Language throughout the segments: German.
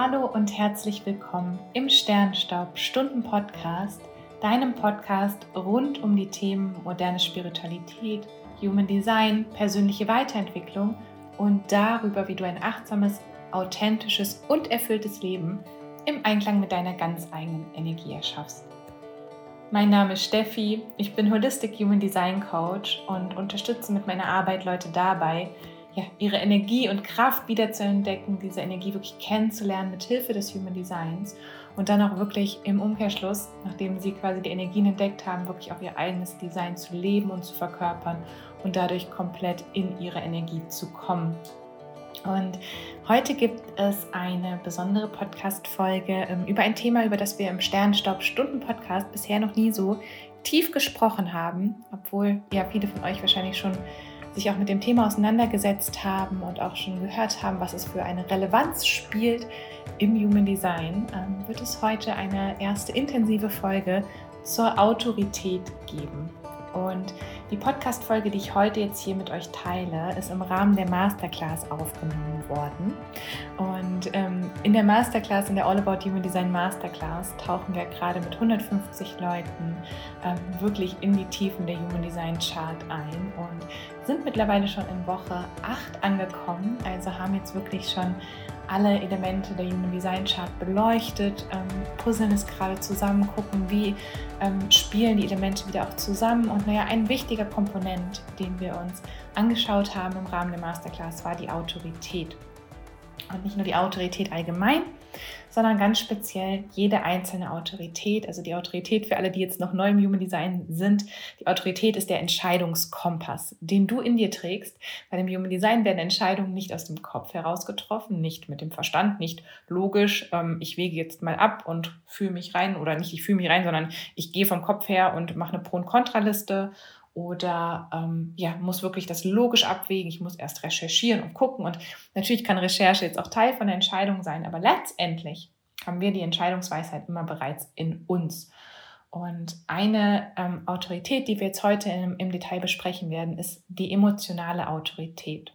Hallo und herzlich willkommen im Sternstaub Stunden Podcast, deinem Podcast rund um die Themen moderne Spiritualität, Human Design, persönliche Weiterentwicklung und darüber, wie du ein achtsames, authentisches und erfülltes Leben im Einklang mit deiner ganz eigenen Energie erschaffst. Mein Name ist Steffi, ich bin Holistic Human Design Coach und unterstütze mit meiner Arbeit Leute dabei, ihre Energie und Kraft wieder zu entdecken, diese Energie wirklich kennenzulernen mit Hilfe des Human Designs und dann auch wirklich im Umkehrschluss, nachdem sie quasi die Energien entdeckt haben, wirklich auch ihr eigenes Design zu leben und zu verkörpern und dadurch komplett in ihre Energie zu kommen. Und heute gibt es eine besondere Podcast-Folge über ein Thema, über das wir im Sternstaub-Stunden-Podcast bisher noch nie so tief gesprochen haben, obwohl viele von euch wahrscheinlich schon sich auch mit dem Thema auseinandergesetzt haben und auch schon gehört haben, was es für eine Relevanz spielt im Human Design, wird es heute eine erste intensive Folge zur Autorität geben. Und die Podcast-Folge, die ich heute jetzt hier mit euch teile, ist im Rahmen der Masterclass aufgenommen worden. Und in der Masterclass, in der All About Human Design Masterclass, tauchen wir gerade mit 150 Leuten wirklich in die Tiefen der Human Design Chart ein und sind mittlerweile schon in Woche 8 angekommen. Also haben jetzt wirklich schon alle Elemente der Human Design Chart beleuchtet, puzzeln es gerade zusammen, gucken, wie spielen die Elemente wieder auch zusammen. Und ein wichtiger Komponent, den wir uns angeschaut haben im Rahmen der Masterclass, war die Autorität. Und nicht nur die Autorität allgemein, sondern ganz speziell jede einzelne Autorität. Also die Autorität für alle, die jetzt noch neu im Human Design sind. Die Autorität ist der Entscheidungskompass, den du in dir trägst. Weil im Human Design werden Entscheidungen nicht aus dem Kopf heraus getroffen, nicht mit dem Verstand, nicht logisch. Ich wege jetzt mal ab und fühle mich rein, oder nicht ich fühle mich rein, sondern ich gehe vom Kopf her und mache eine Pro- und Kontraliste. Oder muss wirklich das logisch abwägen. Ich muss erst recherchieren und gucken. Und natürlich kann Recherche jetzt auch Teil von der Entscheidung sein, aber letztendlich haben wir die Entscheidungsweisheit immer bereits in uns. Und eine Autorität, die wir jetzt heute im Detail besprechen werden, ist die emotionale Autorität.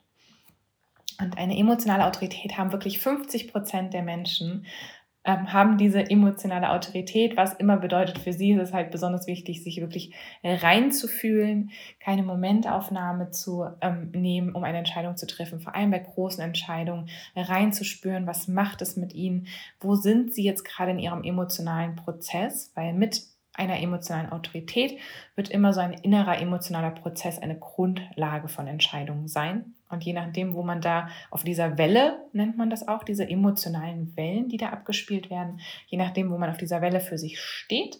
Und eine emotionale Autorität haben wirklich 50% der Menschen, haben diese emotionale Autorität, was immer bedeutet, für sie ist es halt besonders wichtig, sich wirklich reinzufühlen, keine Momentaufnahme zu nehmen, um eine Entscheidung zu treffen, vor allem bei großen Entscheidungen reinzuspüren, was macht es mit ihnen, wo sind sie jetzt gerade in ihrem emotionalen Prozess, weil mit einer emotionalen Autorität wird immer so ein innerer emotionaler Prozess eine Grundlage von Entscheidungen sein. Und je nachdem, wo man da auf dieser Welle, nennt man das auch, diese emotionalen Wellen, die da abgespielt werden, je nachdem, wo man auf dieser Welle für sich steht,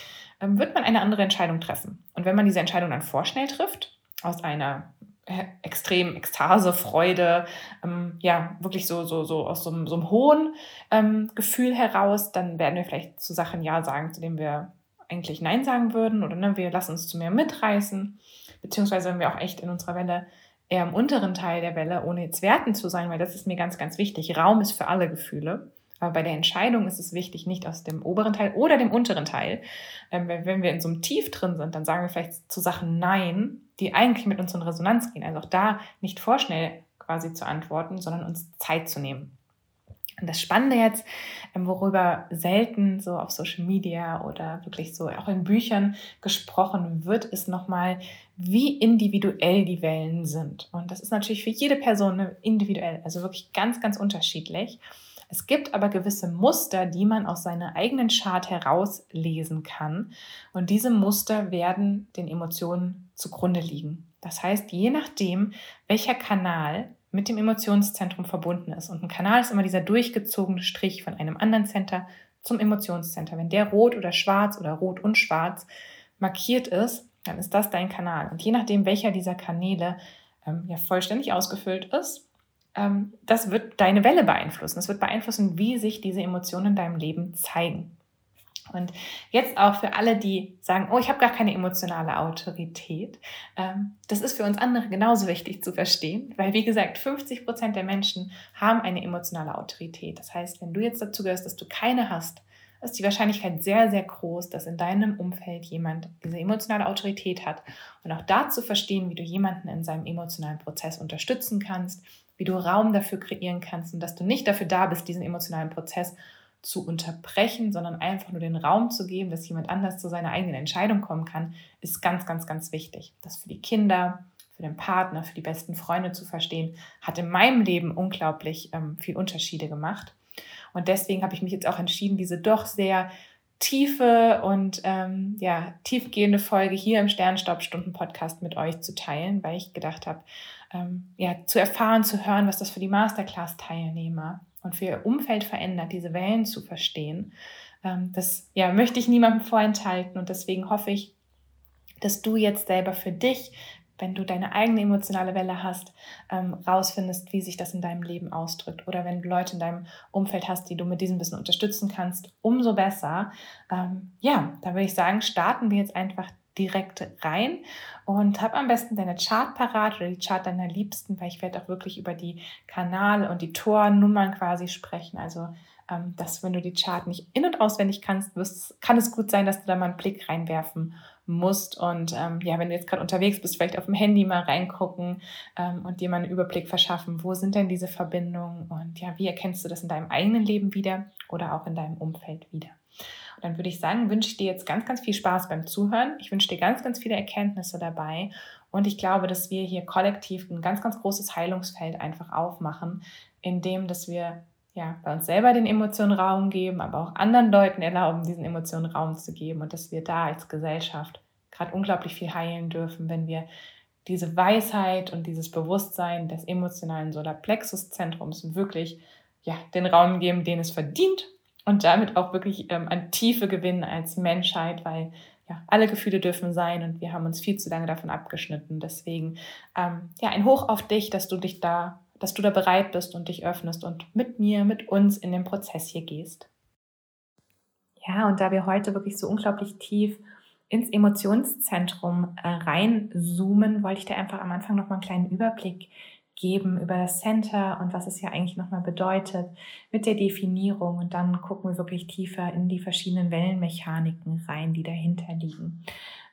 wird man eine andere Entscheidung treffen. Und wenn man diese Entscheidung dann vorschnell trifft, aus einer extremen Ekstase, Freude, wirklich so aus so einem hohen Gefühl heraus, dann werden wir vielleicht zu Sachen Ja sagen, zu denen wir eigentlich Nein sagen würden, oder wir lassen uns zu mehr mitreißen, beziehungsweise wenn wir auch echt in unserer Welle eher im unteren Teil der Welle, ohne jetzt wertend zu sein, weil das ist mir ganz, ganz wichtig. Raum ist für alle Gefühle, aber bei der Entscheidung ist es wichtig, nicht aus dem oberen Teil oder dem unteren Teil. Wenn wir in so einem Tief drin sind, dann sagen wir vielleicht zu Sachen Nein, die eigentlich mit uns in Resonanz gehen. Also auch da nicht vorschnell quasi zu antworten, sondern uns Zeit zu nehmen. Und das Spannende jetzt, worüber selten so auf Social Media oder wirklich so auch in Büchern gesprochen wird, ist nochmal, wie individuell die Wellen sind. Und das ist natürlich für jede Person individuell, also wirklich ganz, ganz unterschiedlich. Es gibt aber gewisse Muster, die man aus seiner eigenen Chart herauslesen kann. Und diese Muster werden den Emotionen zugrunde liegen. Das heißt, je nachdem, welcher Kanal mit dem Emotionszentrum verbunden ist. Und ein Kanal ist immer dieser durchgezogene Strich von einem anderen Center zum Emotionscenter. Wenn der rot oder schwarz oder rot und schwarz markiert ist, dann ist das dein Kanal. Und je nachdem, welcher dieser Kanäle vollständig ausgefüllt ist, das wird deine Welle beeinflussen. Das wird beeinflussen, wie sich diese Emotionen in deinem Leben zeigen. Und jetzt auch für alle, die sagen, oh, ich habe gar keine emotionale Autorität. Das ist für uns andere genauso wichtig zu verstehen, weil, wie gesagt, 50% der Menschen haben eine emotionale Autorität. Das heißt, wenn du jetzt dazu gehörst, dass du keine hast, ist die Wahrscheinlichkeit sehr, sehr groß, dass in deinem Umfeld jemand diese emotionale Autorität hat. Und auch da zu verstehen, wie du jemanden in seinem emotionalen Prozess unterstützen kannst, wie du Raum dafür kreieren kannst und dass du nicht dafür da bist, diesen emotionalen Prozess zu unterbrechen, sondern einfach nur den Raum zu geben, dass jemand anders zu seiner eigenen Entscheidung kommen kann, ist ganz, ganz, ganz wichtig. Das für die Kinder, für den Partner, für die besten Freunde zu verstehen, hat in meinem Leben unglaublich viel Unterschiede gemacht. Und deswegen habe ich mich jetzt auch entschieden, diese doch sehr tiefe und tiefgehende Folge hier im Sternstaubstunden-Podcast mit euch zu teilen, weil ich gedacht habe, zu erfahren, zu hören, was das für die Masterclass-Teilnehmer und für ihr Umfeld verändert, diese Wellen zu verstehen. Das möchte ich niemandem vorenthalten und deswegen hoffe ich, dass du jetzt selber für dich, wenn du deine eigene emotionale Welle hast, rausfindest, wie sich das in deinem Leben ausdrückt. Oder wenn du Leute in deinem Umfeld hast, die du mit diesem Wissen unterstützen kannst, umso besser. Da würde ich sagen, starten wir jetzt einfach direkt rein und hab am besten deine Chart parat oder die Chart deiner Liebsten, weil ich werde auch wirklich über die Kanal- und die Tornummern quasi sprechen. Also dass wenn du die Chart nicht in- und auswendig kannst, kann es gut sein, dass du da mal einen Blick reinwerfen musst. Und wenn du jetzt gerade unterwegs bist, vielleicht auf dem Handy mal reingucken und dir mal einen Überblick verschaffen, wo sind denn diese Verbindungen und wie erkennst du das in deinem eigenen Leben wieder oder auch in deinem Umfeld wieder. Und dann würde ich sagen, wünsche ich dir jetzt ganz, ganz viel Spaß beim Zuhören. Ich wünsche dir ganz, ganz viele Erkenntnisse dabei und ich glaube, dass wir hier kollektiv ein ganz, ganz großes Heilungsfeld einfach aufmachen, indem dass wir bei uns selber den Emotionen Raum geben, aber auch anderen Leuten erlauben, diesen Emotionen Raum zu geben und dass wir da als Gesellschaft gerade unglaublich viel heilen dürfen, wenn wir diese Weisheit und dieses Bewusstsein des emotionalen Solarplexuszentrums wirklich den Raum geben, den es verdient und damit auch wirklich an Tiefe gewinnen als Menschheit, weil alle Gefühle dürfen sein und wir haben uns viel zu lange davon abgeschnitten. Deswegen ein Hoch auf dich, dass du da bereit bist und dich öffnest und mit mir, mit uns in den Prozess hier gehst. Ja, und da wir heute wirklich so unglaublich tief ins Emotionszentrum reinzoomen, wollte ich dir einfach am Anfang nochmal einen kleinen Überblick geben über das Center und was es ja eigentlich nochmal bedeutet mit der Definierung. Und dann gucken wir wirklich tiefer in die verschiedenen Wellenmechaniken rein, die dahinter liegen.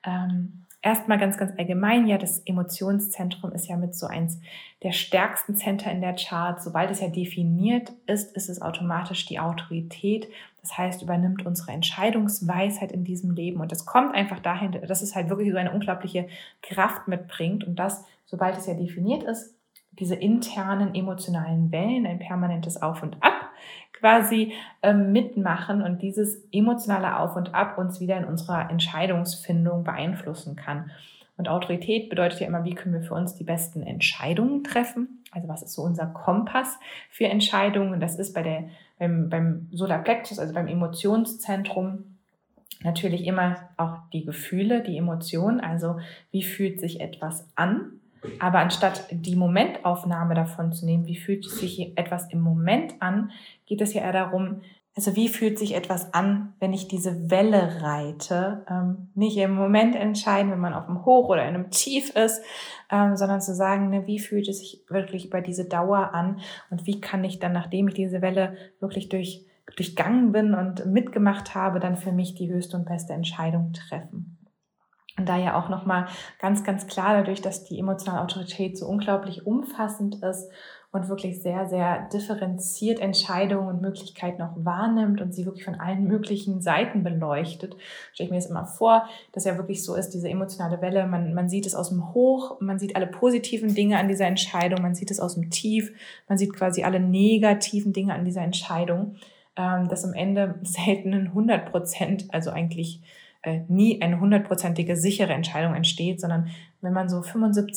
Erstmal ganz, ganz allgemein, das Emotionszentrum ist ja mit so eins der stärksten Center in der Chart. Sobald es ja definiert ist, ist es automatisch die Autorität. Das heißt, übernimmt unsere Entscheidungsweisheit in diesem Leben. Und das kommt einfach dahin, dass es halt wirklich so eine unglaubliche Kraft mitbringt. Und das, sobald es ja definiert ist, diese internen emotionalen Wellen, ein permanentes Auf und Ab quasi mitmachen und dieses emotionale Auf und Ab uns wieder in unserer Entscheidungsfindung beeinflussen kann. Und Autorität bedeutet ja immer, wie können wir für uns die besten Entscheidungen treffen? Also was ist so unser Kompass für Entscheidungen? Und das ist beim Solarplexus, also beim Emotionszentrum, natürlich immer auch die Gefühle, die Emotionen. Also wie fühlt sich etwas an? Aber anstatt die Momentaufnahme davon zu nehmen, wie fühlt sich etwas im Moment an, geht es ja eher darum, also wie fühlt sich etwas an, wenn ich diese Welle reite, nicht im Moment entscheiden, wenn man auf einem Hoch oder in einem Tief ist, sondern zu sagen, wie fühlt es sich wirklich über diese Dauer an und wie kann ich dann, nachdem ich diese Welle wirklich durchgangen bin und mitgemacht habe, dann für mich die höchste und beste Entscheidung treffen. Und da ja auch nochmal ganz, ganz klar dadurch, dass die emotionale Autorität so unglaublich umfassend ist und wirklich sehr, sehr differenziert Entscheidungen und Möglichkeiten auch wahrnimmt und sie wirklich von allen möglichen Seiten beleuchtet, stelle ich mir das immer vor, dass ja wirklich so ist, diese emotionale Welle, man sieht es aus dem Hoch, man sieht alle positiven Dinge an dieser Entscheidung, man sieht es aus dem Tief, man sieht quasi alle negativen Dinge an dieser Entscheidung, dass am Ende selten 100%, also eigentlich nie eine 100%ige sichere Entscheidung entsteht, sondern wenn man so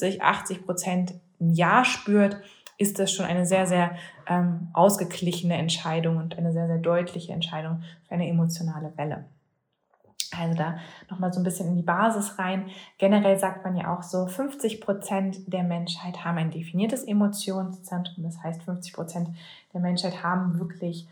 75-80% ein Ja spürt, ist das schon eine sehr, sehr ausgeglichene Entscheidung und eine sehr, sehr deutliche Entscheidung für eine emotionale Welle. Also da nochmal so ein bisschen in die Basis rein. Generell sagt man ja auch so, 50% der Menschheit haben ein definiertes Emotionszentrum. Das heißt, 50% der Menschheit haben wirklich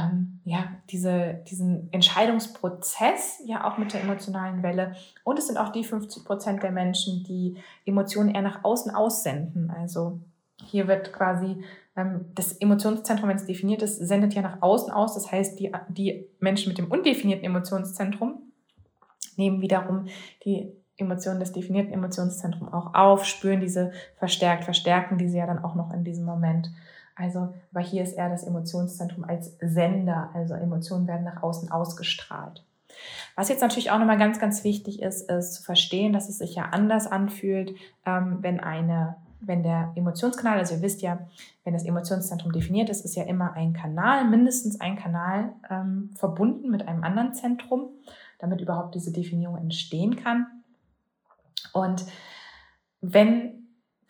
diesen Entscheidungsprozess, ja auch mit der emotionalen Welle. Und es sind auch die 50% der Menschen, die Emotionen eher nach außen aussenden. Also hier wird quasi das Emotionszentrum, wenn es definiert ist, sendet ja nach außen aus. Das heißt, die Menschen mit dem undefinierten Emotionszentrum nehmen wiederum die Emotionen des definierten Emotionszentrums auch auf, spüren diese verstärken diese ja dann auch noch in diesem Moment. Also, aber hier ist eher das Emotionszentrum als Sender, also Emotionen werden nach außen ausgestrahlt. Was jetzt natürlich auch nochmal ganz, ganz wichtig ist zu verstehen, dass es sich ja anders anfühlt, wenn der Emotionskanal, also ihr wisst ja, wenn das Emotionszentrum definiert ist, ist ja immer ein Kanal, mindestens ein Kanal verbunden mit einem anderen Zentrum, damit überhaupt diese Definierung entstehen kann. Und wenn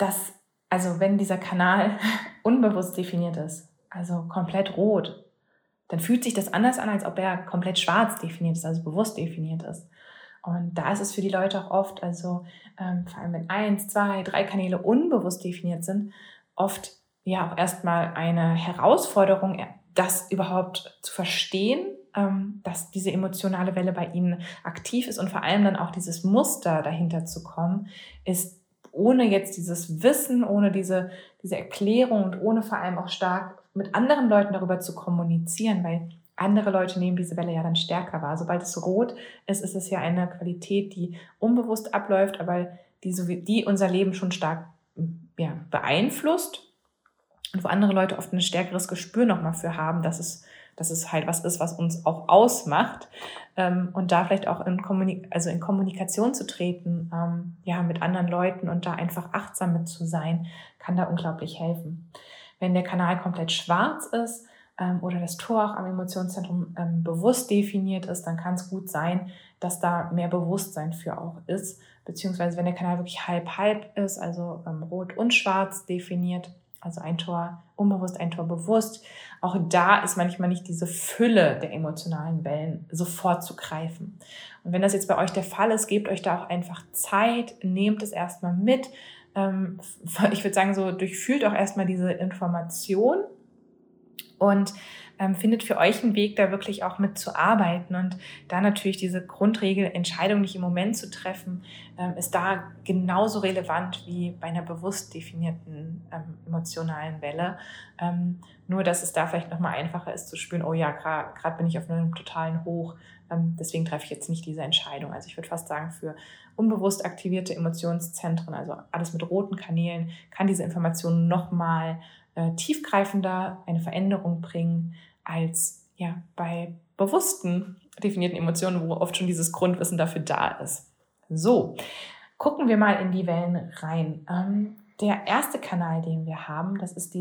dieser Kanal unbewusst definiert ist, also komplett rot, dann fühlt sich das anders an, als ob er komplett schwarz definiert ist, also bewusst definiert ist. Und da ist es für die Leute auch oft, also vor allem wenn 1, 2, 3 Kanäle unbewusst definiert sind, oft ja auch erstmal eine Herausforderung, das überhaupt zu verstehen, dass diese emotionale Welle bei ihnen aktiv ist und vor allem dann auch dieses Muster dahinter zu kommen, ist ohne jetzt dieses Wissen, ohne diese Erklärung und ohne vor allem auch stark mit anderen Leuten darüber zu kommunizieren, weil andere Leute nehmen diese Welle ja dann stärker wahr. Sobald es rot ist, ist es ja eine Qualität, die unbewusst abläuft, aber die unser Leben schon stark beeinflusst und wo andere Leute oft ein stärkeres Gespür nochmal für haben, dass es halt was ist, was uns auch ausmacht, und da vielleicht auch in Kommunikation zu treten, mit anderen Leuten und da einfach achtsam mit zu sein, kann da unglaublich helfen. Wenn der Kanal komplett schwarz ist oder das Tor auch am Emotionszentrum bewusst definiert ist, dann kann es gut sein, dass da mehr Bewusstsein für auch ist, beziehungsweise wenn der Kanal wirklich halb ist, also rot und schwarz definiert, also ein Tor unbewusst, ein Tor bewusst. Auch da ist manchmal nicht diese Fülle der emotionalen Wellen sofort zu greifen. Und wenn das jetzt bei euch der Fall ist, gebt euch da auch einfach Zeit, nehmt es erstmal mit. Ich würde sagen, so durchfühlt auch erstmal diese Information und findet für euch einen Weg, da wirklich auch mitzuarbeiten. Und da natürlich diese Grundregel, Entscheidung nicht im Moment zu treffen, ist da genauso relevant wie bei einer bewusst definierten emotionalen Welle. Nur, dass es da vielleicht nochmal einfacher ist zu spüren, oh ja, gerade bin ich auf einem totalen Hoch, deswegen treffe ich jetzt nicht diese Entscheidung. Also ich würde fast sagen, für unbewusst aktivierte Emotionszentren, also alles mit roten Kanälen, kann diese Information nochmal tiefgreifender eine Veränderung bringen als bei bewussten definierten Emotionen, wo oft schon dieses Grundwissen dafür da ist. So, gucken wir mal in die Wellen rein. Der erste Kanal, den wir haben, das ist die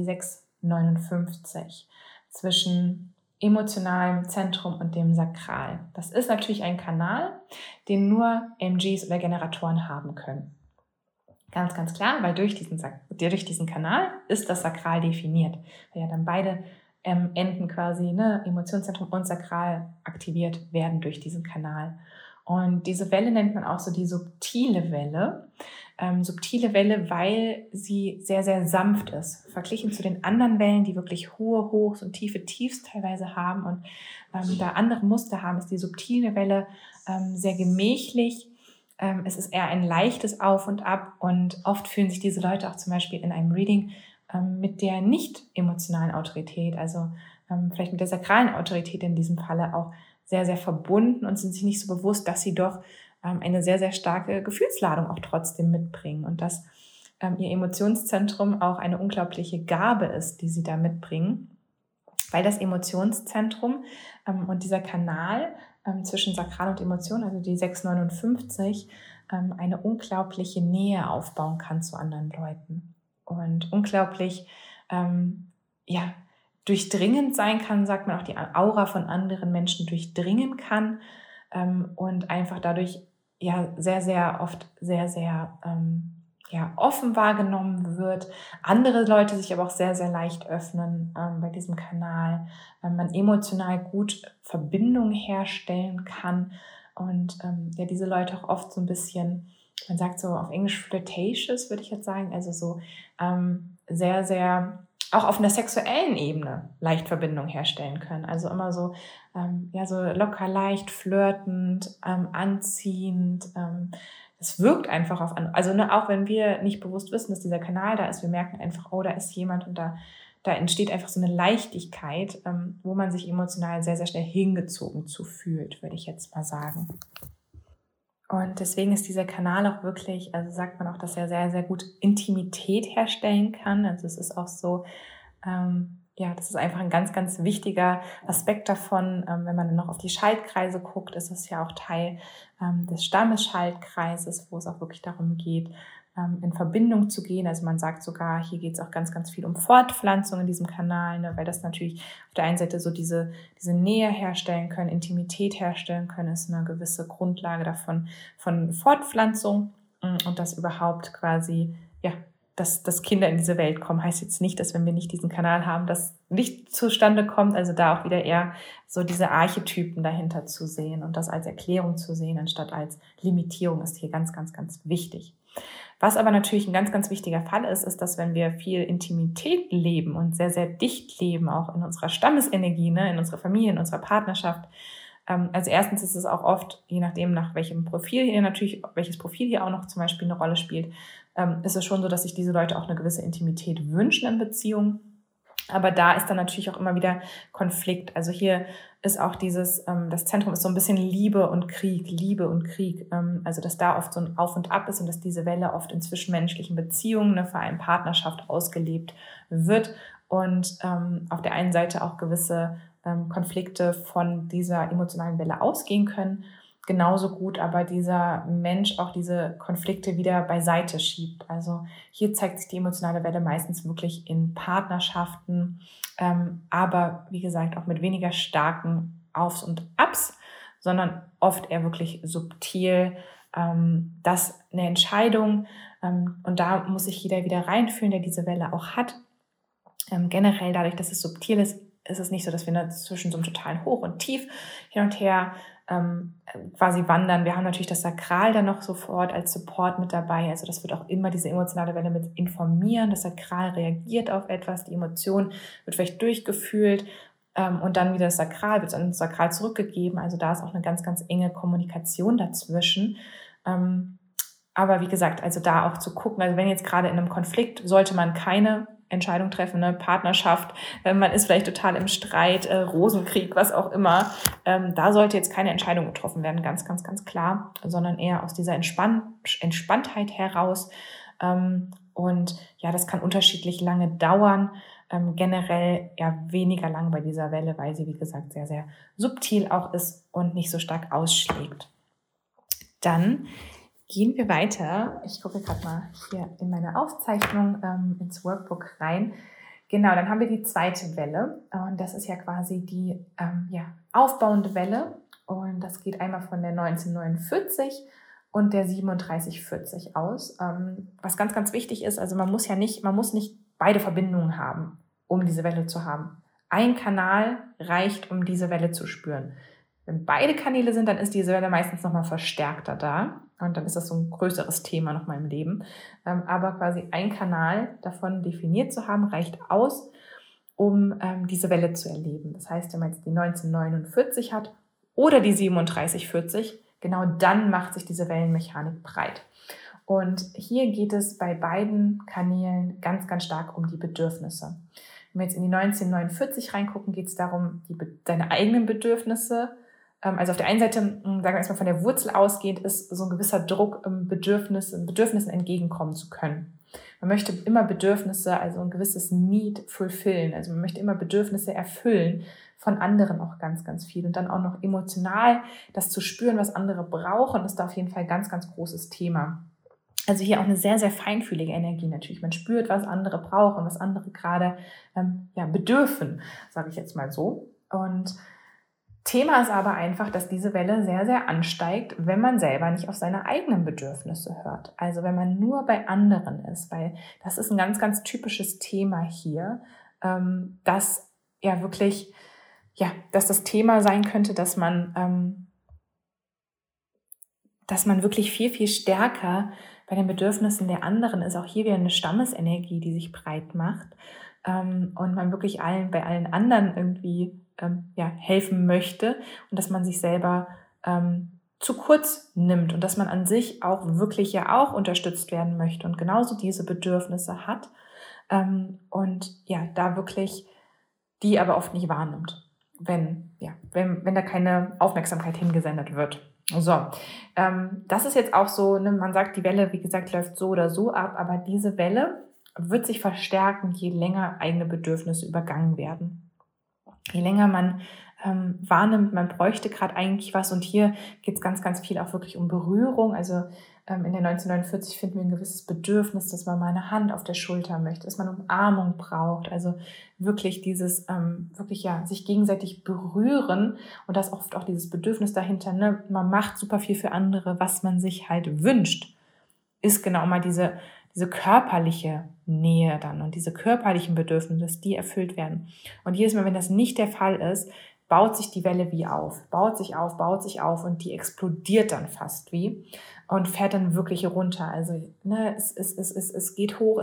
659 zwischen emotionalem Zentrum und dem Sakral. Das ist natürlich ein Kanal, den nur MGs oder Generatoren haben können. Ganz, ganz klar, weil durch diesen Kanal ist das Sakral definiert, weil ja dann beide Enden quasi, Emotionszentrum und Sakral aktiviert werden durch diesen Kanal. Und diese Welle nennt man auch so die subtile Welle. Subtile Welle, weil sie sehr, sehr sanft ist. Verglichen zu den anderen Wellen, die wirklich hohe Hochs und tiefe Tiefs teilweise haben und da andere Muster haben, ist die subtile Welle sehr gemächlich. Es ist eher ein leichtes Auf und Ab und oft fühlen sich diese Leute auch zum Beispiel in einem Reading mit der nicht emotionalen Autorität, also vielleicht mit der sakralen Autorität in diesem Falle auch sehr, sehr verbunden und sind sich nicht so bewusst, dass sie doch eine sehr, sehr starke Gefühlsladung auch trotzdem mitbringen und dass ihr Emotionszentrum auch eine unglaubliche Gabe ist, die sie da mitbringen, weil das Emotionszentrum und dieser Kanal zwischen Sakral und Emotion, also die 659, eine unglaubliche Nähe aufbauen kann zu anderen Leuten und unglaublich durchdringend sein kann, sagt man auch, die Aura von anderen Menschen durchdringen kann und einfach dadurch sehr, sehr oft sehr, sehr offen wahrgenommen wird. Andere Leute sich aber auch sehr, sehr leicht öffnen bei diesem Kanal, man emotional gut Verbindung herstellen kann und diese Leute auch oft so ein bisschen, man sagt so auf Englisch flirtatious, würde ich jetzt sagen, also so sehr, sehr auch auf einer sexuellen Ebene leicht Verbindung herstellen können. Also immer so, so locker leicht, flirtend, anziehend. Es wirkt einfach auf andere. Also auch wenn wir nicht bewusst wissen, dass dieser Kanal da ist, wir merken einfach, oh, da ist jemand und da entsteht einfach so eine Leichtigkeit, wo man sich emotional sehr, sehr schnell hingezogen zu fühlt, würde ich jetzt mal sagen. Und deswegen ist dieser Kanal auch wirklich, also sagt man auch, dass er sehr, sehr gut Intimität herstellen kann. Also es ist auch so, das ist einfach ein ganz, ganz wichtiger Aspekt davon. Wenn man dann noch auf die Schaltkreise guckt, ist es ja auch Teil des Stammesschaltkreises, wo es auch wirklich darum geht, in Verbindung zu gehen. Also man sagt sogar, hier geht es auch ganz, ganz viel um Fortpflanzung in diesem Kanal, ne, weil das natürlich auf der einen Seite so diese Nähe herstellen können, Intimität herstellen können, ist eine gewisse Grundlage davon, von Fortpflanzung und das überhaupt quasi, dass Kinder in diese Welt kommen. Heißt jetzt nicht, dass wenn wir nicht diesen Kanal haben, das nicht zustande kommt. Also da auch wieder eher so diese Archetypen dahinter zu sehen und das als Erklärung zu sehen, anstatt als Limitierung, ist hier ganz, ganz, ganz wichtig. Was aber natürlich ein ganz, ganz wichtiger Fall ist, dass wenn wir viel Intimität leben und sehr, sehr dicht leben, auch in unserer Stammesenergie, ne, in unserer Familie, in unserer Partnerschaft. Also erstens ist es auch oft, je nachdem nach welchem Profil hier natürlich, welches Profil hier auch noch zum Beispiel eine Rolle spielt, ist es schon so, dass sich diese Leute auch eine gewisse Intimität wünschen in Beziehungen. Aber da ist dann natürlich auch immer wieder Konflikt. Also hier ist auch das Zentrum ist so ein bisschen Liebe und Krieg. Also dass da oft so ein Auf und Ab ist und dass diese Welle oft in zwischenmenschlichen Beziehungen, ne, vor allem Partnerschaft, ausgelebt wird. Und auf der einen Seite auch gewisse Konflikte von dieser emotionalen Welle ausgehen können. Genauso gut aber dieser Mensch auch diese Konflikte wieder beiseite schiebt. Also hier zeigt sich die emotionale Welle meistens wirklich in Partnerschaften, aber wie gesagt auch mit weniger starken Aufs und Abs, sondern oft eher wirklich subtil, dass eine Entscheidung, und da muss sich jeder wieder reinfühlen, der diese Welle auch hat. Generell dadurch, dass es subtil ist, ist es nicht so, dass wir zwischen so einem totalen Hoch und Tief hin und her quasi wandern. Wir haben natürlich das Sakral dann noch sofort als Support mit dabei. Also das wird auch immer diese emotionale Welle mit informieren. Das Sakral reagiert auf etwas, die Emotion wird vielleicht durchgefühlt und dann wieder das Sakral wird an das Sakral zurückgegeben. Also da ist auch eine ganz, ganz enge Kommunikation dazwischen. Aber wie gesagt, also da auch zu gucken, also wenn jetzt gerade in einem Konflikt, sollte man keine Entscheidung treffen, ne? Partnerschaft, man ist vielleicht total im Streit, Rosenkrieg, was auch immer. Da sollte jetzt keine Entscheidung getroffen werden, ganz, ganz, ganz klar, sondern eher aus dieser Entspanntheit heraus. Und ja, das kann unterschiedlich lange dauern, generell ja weniger lang bei dieser Welle, weil sie, wie gesagt, sehr, sehr subtil auch ist und nicht so stark ausschlägt. Dann gehen wir weiter. Ich gucke gerade mal hier in meine Aufzeichnung ins Workbook rein. Genau, dann haben wir die zweite Welle und das ist ja quasi die aufbauende Welle und das geht einmal von der 1949 und der 3740 aus. Was ganz, ganz wichtig ist, also man muss nicht beide Verbindungen haben, um diese Welle zu haben. Ein Kanal reicht, um diese Welle zu spüren. Wenn beide Kanäle sind, dann ist diese Welle meistens nochmal verstärkter da. Und dann ist das so ein größeres Thema nochmal im Leben. Aber quasi ein Kanal davon definiert zu haben, reicht aus, um diese Welle zu erleben. Das heißt, wenn man jetzt die 1949 hat oder die 3740, genau dann macht sich diese Wellenmechanik breit. Und hier geht es bei beiden Kanälen ganz, ganz stark um die Bedürfnisse. Wenn wir jetzt in die 1949 reingucken, geht es darum, seine eigenen Bedürfnisse. Also auf der einen Seite, sagen wir erstmal von der Wurzel ausgehend, ist so ein gewisser Druck, Bedürfnissen entgegenkommen zu können. Man möchte immer Bedürfnisse, also ein gewisses Need fulfillen. Also man möchte immer Bedürfnisse erfüllen, von anderen auch ganz, ganz viel. Und dann auch noch emotional das zu spüren, was andere brauchen, ist da auf jeden Fall ein ganz, ganz großes Thema. Also hier auch eine sehr, sehr feinfühlige Energie natürlich. Man spürt, was andere brauchen, was andere gerade bedürfen, sage ich jetzt mal so. Und Thema ist aber einfach, dass diese Welle sehr, sehr ansteigt, wenn man selber nicht auf seine eigenen Bedürfnisse hört. Also wenn man nur bei anderen ist, weil das ist ein ganz, ganz typisches Thema hier, dass ja wirklich, dass das Thema sein könnte, dass man wirklich viel, viel stärker bei den Bedürfnissen der anderen ist. Auch hier wieder eine Stammesenergie, die sich breit macht und man wirklich bei allen anderen irgendwie helfen möchte und dass man sich selber zu kurz nimmt und dass man an sich auch wirklich auch unterstützt werden möchte und genauso diese Bedürfnisse hat da wirklich die aber oft nicht wahrnimmt, wenn da keine Aufmerksamkeit hingesendet wird. So, das ist jetzt auch so, ne, man sagt, die Welle, wie gesagt, läuft so oder so ab, aber diese Welle wird sich verstärken, je länger eigene Bedürfnisse übergangen werden. Je länger man wahrnimmt, man bräuchte gerade eigentlich was. Und hier geht es ganz, ganz viel auch wirklich um Berührung. Also in der 1949 finden wir ein gewisses Bedürfnis, dass man mal eine Hand auf der Schulter möchte, dass man Umarmung braucht. Also wirklich dieses, wirklich ja, sich gegenseitig berühren. Und das oft auch dieses Bedürfnis dahinter, ne? Man macht super viel für andere, was man sich halt wünscht, ist genau mal diese körperliche Nähe dann und diese körperlichen Bedürfnisse, die erfüllt werden. Und jedes Mal, wenn das nicht der Fall ist, baut sich die Welle wie auf, baut sich auf und die explodiert dann fast wie und fährt dann wirklich runter. Also ne, es geht hoch,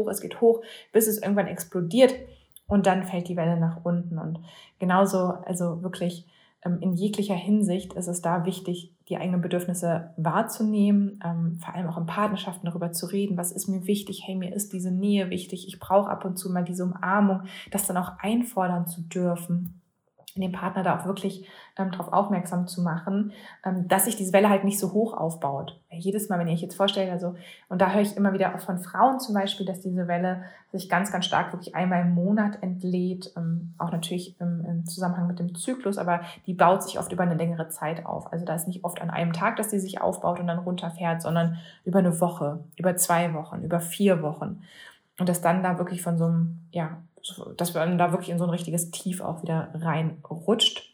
bis es irgendwann explodiert und dann fällt die Welle nach unten. Und genauso, also wirklich in jeglicher Hinsicht ist es da wichtig, die eigenen Bedürfnisse wahrzunehmen, vor allem auch in Partnerschaften darüber zu reden, was ist mir wichtig, hey, mir ist diese Nähe wichtig, ich brauche ab und zu mal diese Umarmung, das dann auch einfordern zu dürfen, den Partner da auch wirklich darauf aufmerksam zu machen, dass sich diese Welle halt nicht so hoch aufbaut. Jedes Mal, wenn ihr euch jetzt vorstellt, also, und da höre ich immer wieder auch von Frauen zum Beispiel, dass diese Welle sich ganz, ganz stark wirklich einmal im Monat entlädt, auch natürlich im Zusammenhang mit dem Zyklus, aber die baut sich oft über eine längere Zeit auf. Also da ist nicht oft an einem Tag, dass die sich aufbaut und dann runterfährt, sondern über eine Woche, über 2 Wochen, über 4 Wochen. Und dass dann da wirklich von so einem, ja, dass man da wirklich in so ein richtiges Tief auch wieder reinrutscht.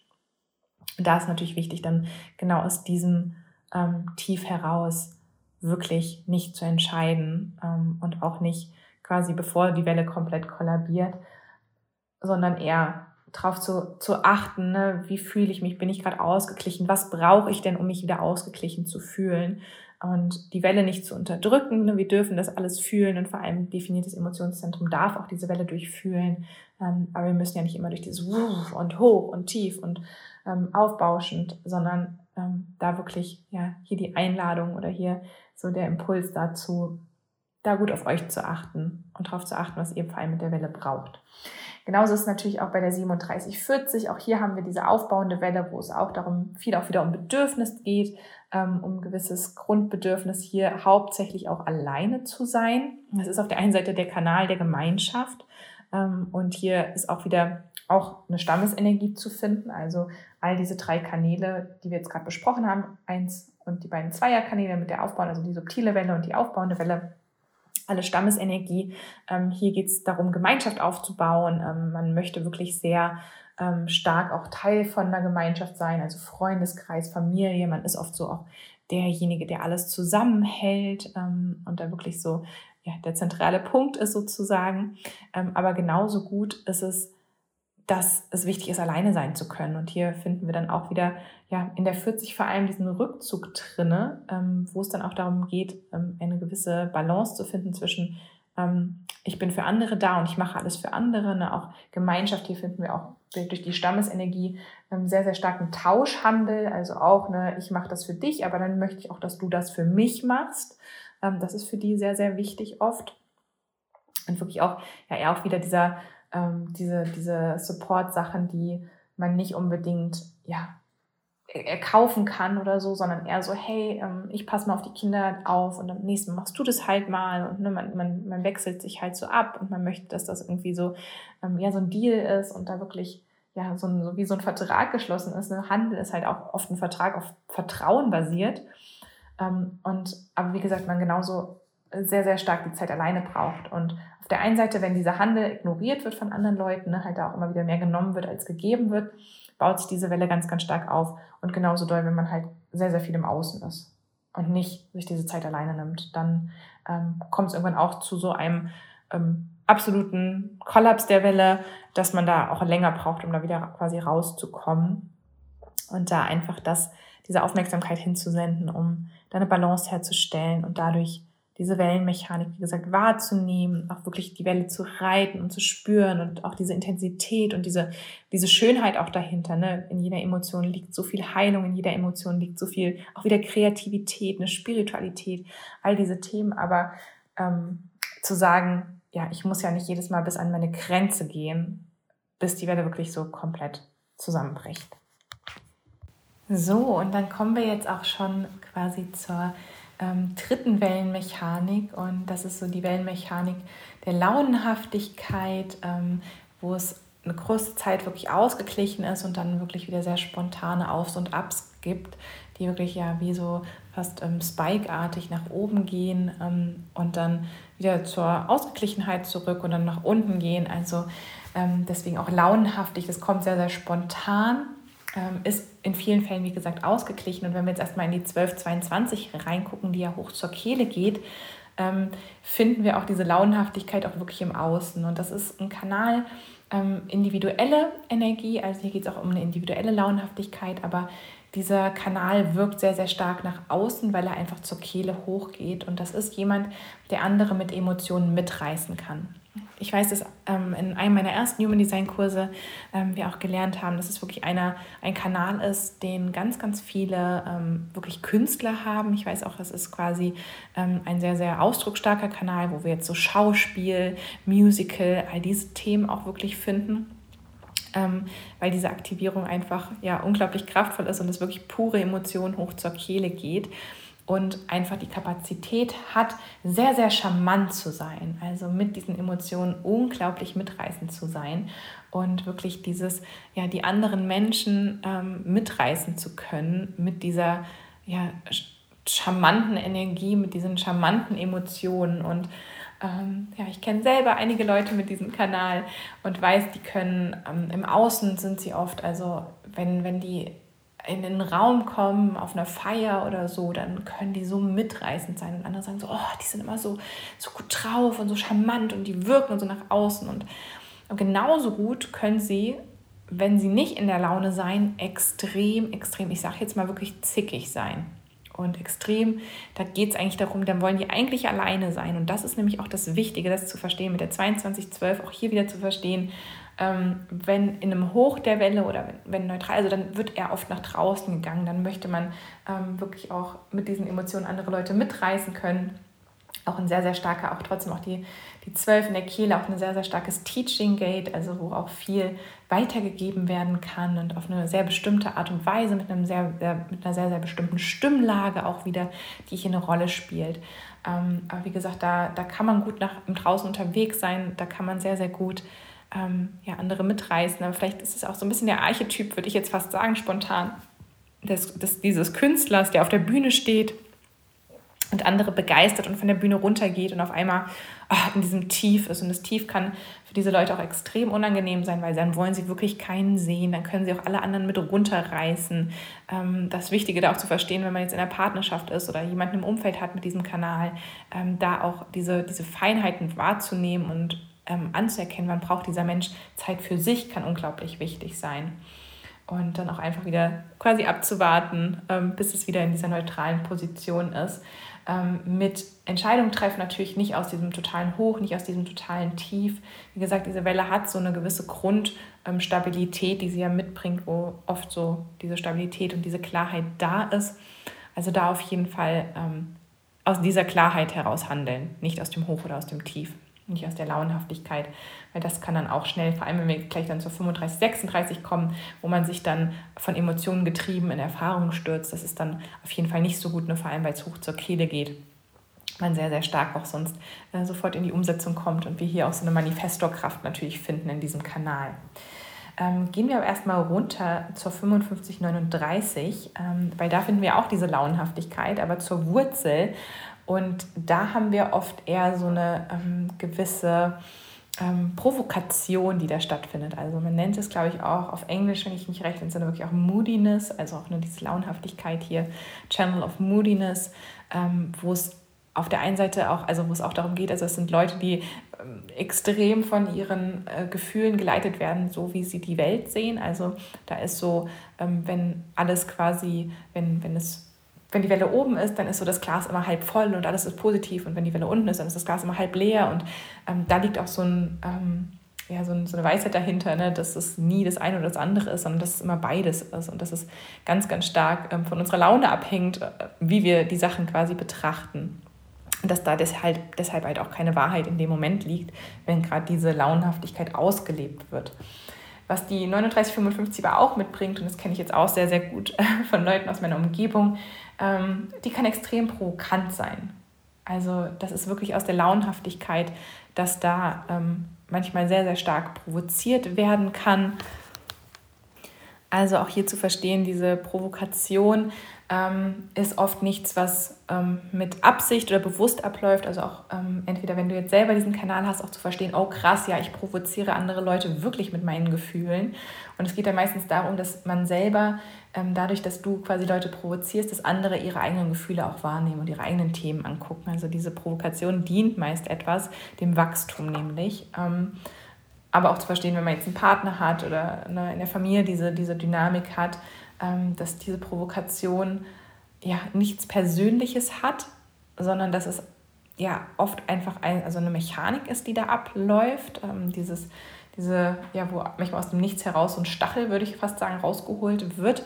Und da ist natürlich wichtig, dann genau aus diesem Tief heraus wirklich nicht zu entscheiden und auch nicht quasi bevor die Welle komplett kollabiert, sondern eher darauf zu achten, ne? Wie fühle ich mich, bin ich gerade ausgeglichen, was brauche ich denn, um mich wieder ausgeglichen zu fühlen und die Welle nicht zu unterdrücken. Ne? Wir dürfen das alles fühlen und vor allem definiertes Emotionszentrum darf auch diese Welle durchfühlen, aber wir müssen ja nicht immer durch dieses Wuff und hoch und tief und aufbauschend, sondern da wirklich ja hier die Einladung oder hier so der Impuls dazu, da gut auf euch zu achten und darauf zu achten, was ihr vor allem mit der Welle braucht. Genauso ist es natürlich auch bei der 3740. Auch hier haben wir diese aufbauende Welle, wo es auch darum viel auch wieder um Bedürfnis geht, um ein gewisses Grundbedürfnis hier hauptsächlich auch alleine zu sein. Das ist auf der einen Seite der Kanal der Gemeinschaft und hier ist auch wieder auch eine Stammesenergie zu finden. Also all diese 3 Kanäle, die wir jetzt gerade besprochen haben, 1 und die beiden Zweierkanäle mit der aufbauenden, also die subtile Welle und die aufbauende Welle, alle Stammesenergie. Hier geht es darum, Gemeinschaft aufzubauen. Man möchte wirklich sehr stark auch Teil von einer Gemeinschaft sein, also Freundeskreis, Familie. Man ist oft so auch derjenige, der alles zusammenhält und da wirklich so ja, der zentrale Punkt ist sozusagen. Aber genauso gut ist es, dass es wichtig ist, alleine sein zu können. Und hier finden wir dann auch wieder ja, in der 40 vor allem diesen Rückzug drinne, wo es dann auch darum geht, eine gewisse Balance zu finden zwischen ich bin für andere da und ich mache alles für andere. Ne? Auch Gemeinschaft, hier finden wir auch durch die Stammesenergie sehr, sehr starken Tauschhandel. Also auch, ne, ich mache das für dich, aber dann möchte ich auch, dass du das für mich machst. Das ist für die sehr, sehr wichtig oft. Und wirklich auch, ja, eher auch wieder diese Support-Sachen, die man nicht unbedingt ja, kaufen kann oder so, sondern eher so, hey, ich passe mal auf die Kinder auf und am nächsten machst du das halt mal und ne, man wechselt sich halt so ab und man möchte, dass das irgendwie so, ja, so ein Deal ist und da wirklich ja, so wie so ein Vertrag geschlossen ist. Ne? Handel ist halt auch oft ein Vertrag auf Vertrauen basiert aber wie gesagt, man genauso sehr, sehr stark die Zeit alleine braucht und auf der einen Seite, wenn dieser Handel ignoriert wird von anderen Leuten, ne, halt da auch immer wieder mehr genommen wird, als gegeben wird, baut sich diese Welle ganz, ganz stark auf. Und genauso doll, wenn man halt sehr, sehr viel im Außen ist und nicht sich diese Zeit alleine nimmt, dann kommt es irgendwann auch zu so einem absoluten Kollaps der Welle, dass man da auch länger braucht, um da wieder quasi rauszukommen und da einfach diese Aufmerksamkeit hinzusenden, um da eine Balance herzustellen und dadurch diese Wellenmechanik, wie gesagt, wahrzunehmen, auch wirklich die Welle zu reiten und zu spüren und auch diese Intensität und diese Schönheit auch dahinter. Ne? In jeder Emotion liegt so viel Heilung, in jeder Emotion liegt so viel, auch wieder Kreativität, eine Spiritualität, all diese Themen. Aber zu sagen, ja, ich muss ja nicht jedes Mal bis an meine Grenze gehen, bis die Welle wirklich so komplett zusammenbricht. So, und dann kommen wir jetzt auch schon quasi zur dritten Wellenmechanik, und das ist so die Wellenmechanik der Launenhaftigkeit, wo es eine große Zeit wirklich ausgeglichen ist und dann wirklich wieder sehr spontane Aufs und Abs gibt, die wirklich ja wie so fast Spike-artig nach oben gehen und dann wieder zur Ausgeglichenheit zurück und dann nach unten gehen. Also deswegen auch launenhaftig, das kommt sehr, sehr spontan, ist in vielen Fällen, wie gesagt, ausgeglichen. Und wenn wir jetzt erstmal in die 1222 reingucken, die ja hoch zur Kehle geht, finden wir auch diese Launenhaftigkeit auch wirklich im Außen. Und das ist ein Kanal, individuelle Energie, also hier geht es auch um eine individuelle Launenhaftigkeit, aber dieser Kanal wirkt sehr, sehr stark nach außen, weil er einfach zur Kehle hochgeht. Und das ist jemand, der andere mit Emotionen mitreißen kann. Ich weiß, dass in einem meiner ersten Human Design Kurse wir auch gelernt haben, dass es wirklich ein Kanal ist, den ganz, ganz viele wirklich Künstler haben. Ich weiß auch, es ist quasi ein sehr, sehr ausdrucksstarker Kanal, wo wir jetzt so Schauspiel, Musical, all diese Themen auch wirklich finden. Weil diese Aktivierung einfach ja unglaublich kraftvoll ist und es wirklich pure Emotionen hoch zur Kehle geht und einfach die Kapazität hat, sehr, sehr charmant zu sein, also mit diesen Emotionen unglaublich mitreißend zu sein und wirklich die anderen Menschen mitreißen zu können mit dieser charmanten Energie, mit diesen charmanten Emotionen. Und ich kenne selber einige Leute mit diesem Kanal und weiß, die können im Außen sind sie oft, also wenn die in den Raum kommen, auf einer Feier oder so, dann können die so mitreißend sein und andere sagen so, oh, die sind immer so gut drauf und so charmant und die wirken so nach außen. Und genauso gut können sie, wenn sie nicht in der Laune sein, extrem, ich sage jetzt mal wirklich zickig sein. Und extrem, da geht es eigentlich darum, dann wollen die eigentlich alleine sein. Und das ist nämlich auch das Wichtige, das zu verstehen, mit der 2212 auch hier wieder zu verstehen, wenn in einem Hoch der Welle oder wenn neutral, also dann wird eher oft nach draußen gegangen, dann möchte man wirklich auch mit diesen Emotionen andere Leute mitreißen können. Auch ein sehr, sehr starker, auch trotzdem auch die 12 in der Kehle, auch ein sehr, sehr starkes Teaching Gate, also wo auch viel weitergegeben werden kann und auf eine sehr bestimmte Art und Weise, mit einer sehr, sehr bestimmten Stimmlage auch wieder, die hier eine Rolle spielt. Aber wie gesagt, da kann man gut im Draußen unterwegs sein, da kann man sehr, sehr gut andere mitreißen. Aber vielleicht ist es auch so ein bisschen der Archetyp, würde ich jetzt fast sagen, spontan, dieses Künstlers, der auf der Bühne steht und andere begeistert und von der Bühne runtergeht und auf einmal in diesem Tief ist. Und das Tief kann für diese Leute auch extrem unangenehm sein, weil dann wollen sie wirklich keinen sehen. Dann können sie auch alle anderen mit runterreißen. Das Wichtige da auch zu verstehen, wenn man jetzt in einer Partnerschaft ist oder jemanden im Umfeld hat mit diesem Kanal, da auch diese Feinheiten wahrzunehmen und anzuerkennen, wann braucht dieser Mensch Zeit für sich, kann unglaublich wichtig sein. Und dann auch einfach wieder quasi abzuwarten, bis es wieder in dieser neutralen Position ist. Mit Entscheidungen treffen natürlich nicht aus diesem totalen Hoch, nicht aus diesem totalen Tief. Wie gesagt, diese Welle hat so eine gewisse Grundstabilität, die sie ja mitbringt, wo oft so diese Stabilität und diese Klarheit da ist. Also da auf jeden Fall aus dieser Klarheit heraus handeln, nicht aus dem Hoch oder aus dem Tief, nicht aus der Launenhaftigkeit, weil das kann dann auch schnell, vor allem wenn wir gleich dann zur 35, 36 kommen, wo man sich dann von Emotionen getrieben in Erfahrungen stürzt, das ist dann auf jeden Fall nicht so gut, nur vor allem, weil es hoch zur Kehle geht, man sehr, sehr stark auch sonst sofort in die Umsetzung kommt und wir hier auch so eine Manifestorkraft natürlich finden in diesem Kanal. Gehen wir aber erstmal runter zur 5539, weil da finden wir auch diese Launenhaftigkeit, aber zur Wurzel. Und da haben wir oft eher so eine gewisse Provokation, die da stattfindet. Also man nennt es, glaube ich, auch auf Englisch, wenn ich mich recht entsinne, wirklich auch Moodiness, also auch nur diese Launenhaftigkeit hier, Channel of Moodiness, wo es auf der einen Seite auch, also wo es auch darum geht, also es sind Leute, die extrem von ihren Gefühlen geleitet werden, so wie sie die Welt sehen. Also da ist so, wenn alles quasi, wenn die Welle oben ist, dann ist so das Glas immer halb voll und alles ist positiv. Und wenn die Welle unten ist, dann ist das Glas immer halb leer. Und da liegt auch so eine Weisheit dahinter, ne? Dass es nie das eine oder das andere ist, sondern dass es immer beides ist. Und dass es ganz, ganz stark von unserer Laune abhängt, wie wir die Sachen quasi betrachten. Und dass da deshalb halt auch keine Wahrheit in dem Moment liegt, wenn gerade diese Launenhaftigkeit ausgelebt wird. Was die 3955 aber auch mitbringt, und das kenne ich jetzt auch sehr, sehr gut von Leuten aus meiner Umgebung, die kann extrem provokant sein. Also das ist wirklich aus der Launhaftigkeit, dass da manchmal sehr, sehr stark provoziert werden kann. Also auch hier zu verstehen, diese Provokation ist oft nichts, was mit Absicht oder bewusst abläuft. Also auch entweder, wenn du jetzt selber diesen Kanal hast, auch zu verstehen, oh krass, ja, ich provoziere andere Leute wirklich mit meinen Gefühlen. Und es geht dann meistens darum, dass man selber, dadurch, dass du quasi Leute provozierst, dass andere ihre eigenen Gefühle auch wahrnehmen und ihre eigenen Themen angucken. Also diese Provokation dient meist etwas, dem Wachstum nämlich. Aber auch zu verstehen, wenn man jetzt einen Partner hat oder in der Familie diese Dynamik hat, dass diese Provokation ja nichts Persönliches hat, sondern dass es ja oft einfach eine Mechanik ist, die da abläuft. Wo manchmal aus dem Nichts heraus so ein Stachel, würde ich fast sagen, rausgeholt wird.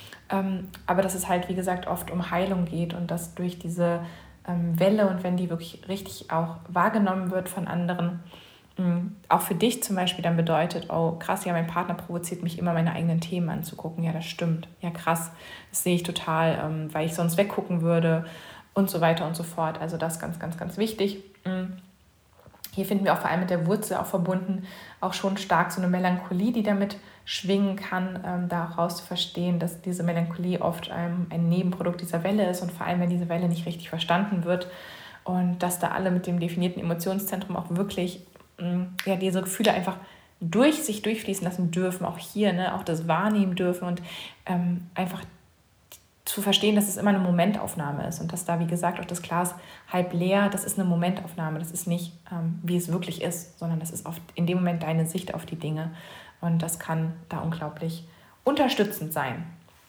Aber dass es halt, wie gesagt, oft um Heilung geht und dass durch diese Welle und wenn die wirklich richtig auch wahrgenommen wird von anderen, auch für dich zum Beispiel dann bedeutet, oh krass, ja, mein Partner provoziert mich immer, meine eigenen Themen anzugucken. Ja, das stimmt. Ja, krass, das sehe ich total, weil ich sonst weggucken würde und so weiter und so fort. Also das ist ganz, ganz, ganz wichtig. Hier finden wir auch vor allem mit der Wurzel auch verbunden, auch schon stark so eine Melancholie, die damit schwingen kann, da auch raus zu verstehen, dass diese Melancholie oft ein Nebenprodukt dieser Welle ist und vor allem, wenn diese Welle nicht richtig verstanden wird und dass da alle mit dem definierten Emotionszentrum auch wirklich diese Gefühle einfach sich durchfließen lassen dürfen, auch hier, ne, auch das wahrnehmen dürfen und einfach zu verstehen, dass es immer eine Momentaufnahme ist und dass da, wie gesagt, auch das Glas halb leer, das ist eine Momentaufnahme, das ist nicht, wie es wirklich ist, sondern das ist oft in dem Moment deine Sicht auf die Dinge und das kann da unglaublich unterstützend sein.